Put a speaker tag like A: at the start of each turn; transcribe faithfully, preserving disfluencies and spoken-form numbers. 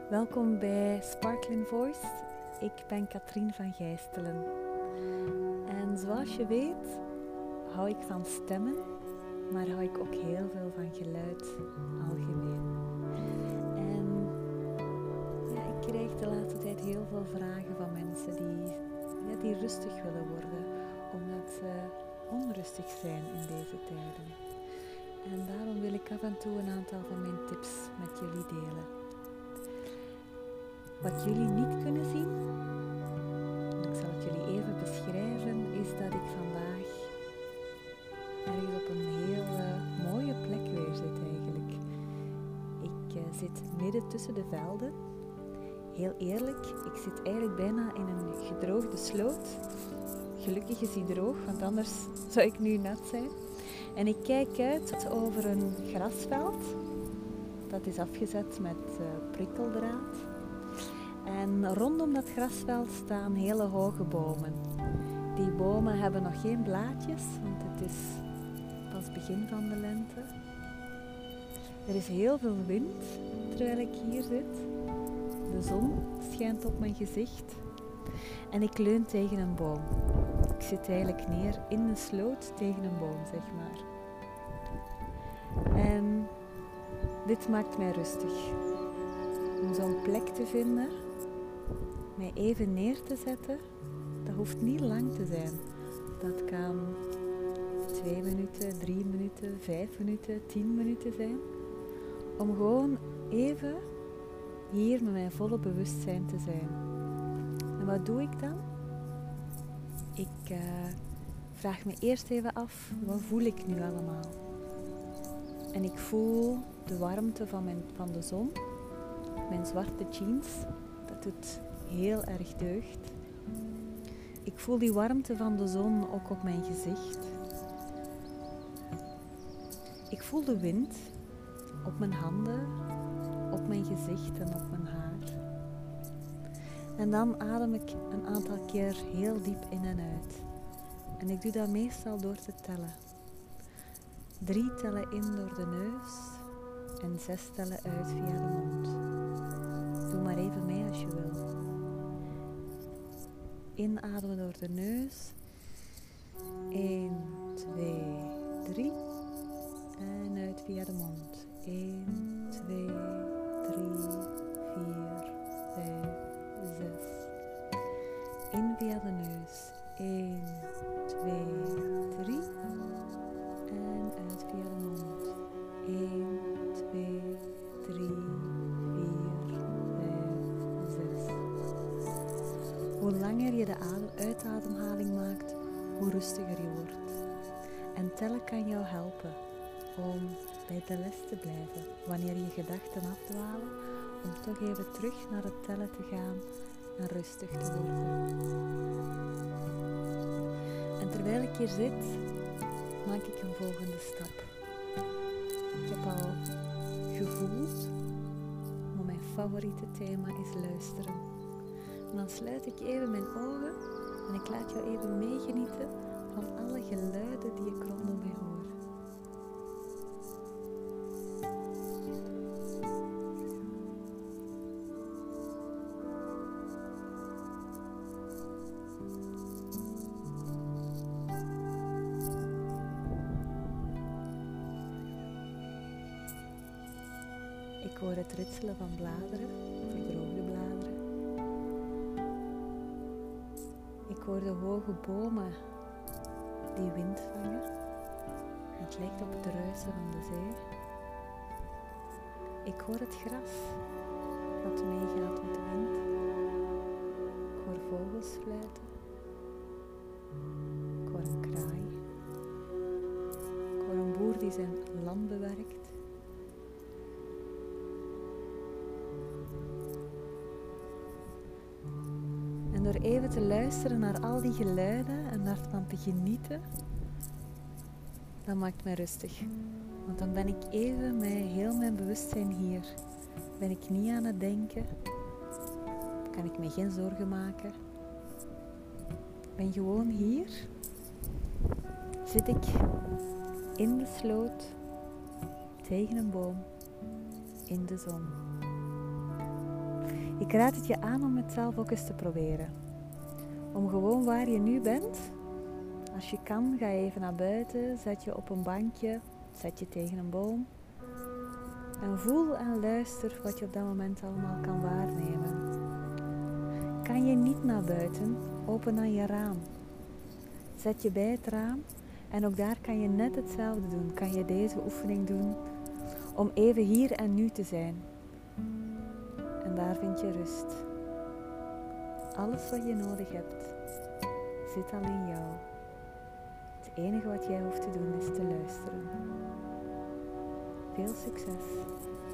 A: Welkom bij Sparkling Voice. Ik ben Katrien van Gijstelen. En zoals je weet, hou ik van stemmen, maar hou ik ook heel veel van geluid algemeen. En ja, ik krijg de laatste tijd heel veel vragen van mensen die, ja, die rustig willen worden, omdat ze onrustig zijn in deze tijden. En daarom wil ik af en toe een aantal van mijn tips met jullie delen. Wat jullie niet kunnen zien, en ik zal het jullie even beschrijven, is dat ik vandaag ergens op een heel uh, mooie plek weer zit eigenlijk. Ik uh, zit midden tussen de velden. Heel eerlijk, ik zit eigenlijk bijna in een gedroogde sloot. Gelukkig is die droog, want anders zou ik nu nat zijn. En ik kijk uit over een grasveld. Dat is afgezet met uh, prikkeldraad. En rondom dat grasveld staan hele hoge bomen. Die bomen hebben nog geen blaadjes, want het is pas begin van de lente. Er is heel veel wind terwijl ik hier zit. De zon schijnt op mijn gezicht. En ik leun tegen een boom. Ik zit eigenlijk neer in de sloot tegen een boom, zeg maar. En dit maakt mij rustig. Om zo'n plek te vinden, mij even neer te zetten, dat hoeft niet lang te zijn. Dat kan twee minuten, drie minuten, vijf minuten, tien minuten zijn. Om gewoon even hier met mijn volle bewustzijn te zijn. En wat doe ik dan? Ik uh, vraag me eerst even af, wat voel ik nu allemaal? En ik voel de warmte van, mijn, van de zon. Mijn zwarte jeans, dat doet heel erg deugd. Ik voel die warmte van de zon ook op mijn gezicht. Ik voel de wind op mijn handen, op mijn gezicht en op mijn haar. En dan adem ik een aantal keer heel diep in en uit. En ik doe dat meestal door te tellen. Drie tellen in door de neus en zes tellen uit via de mond. Doe maar even mee als je wil. Inademen door de neus. één, twee, drie. En uit via de mond. één, twee, drie, vier, vijf, zes. In via de neus. één, twee, drie. En uit via de mond. één, twee, drie, vier, vijf, zes. Hoe langer je de uitademhaling maakt, hoe rustiger je wordt. En tellen kan jou helpen om bij de les te blijven. Wanneer je gedachten afdwalen, om toch even terug naar het tellen te gaan en rustig te worden. En terwijl ik hier zit, maak ik een volgende stap. Ik heb al gevoeld, maar mijn favoriete thema is luisteren. En dan sluit ik even mijn ogen en ik laat jou even meegenieten van alle geluiden die ik rondom mij hoor. Ik hoor het ritselen van bladeren, verdroogde bladeren. Ik hoor de hoge bomen die wind vangen. Het lijkt op het ruisen van de zee. Ik hoor het gras dat meegaat met de wind. Ik hoor vogels fluiten. Ik hoor een kraai. Ik hoor een boer die zijn land bewerkt. En door even te luisteren naar al die geluiden en daarvan te genieten, dat maakt mij rustig. Want dan ben ik even met heel mijn bewustzijn hier. Ben ik niet aan het denken. Kan ik me geen zorgen maken. Ben gewoon hier. Zit ik in de sloot, tegen een boom, in de zon. Ik raad het je aan om het zelf ook eens te proberen. Om gewoon waar je nu bent, als je kan, ga je even naar buiten, zet je op een bankje, zet je tegen een boom. En voel en luister wat je op dat moment allemaal kan waarnemen. Kan je niet naar buiten, open dan je raam. Zet je bij het raam en ook daar kan je net hetzelfde doen. Kan je deze oefening doen om even hier en nu te zijn. En daar vind je rust. Alles wat je nodig hebt, zit al in jou. Het enige wat jij hoeft te doen is te luisteren. Veel succes!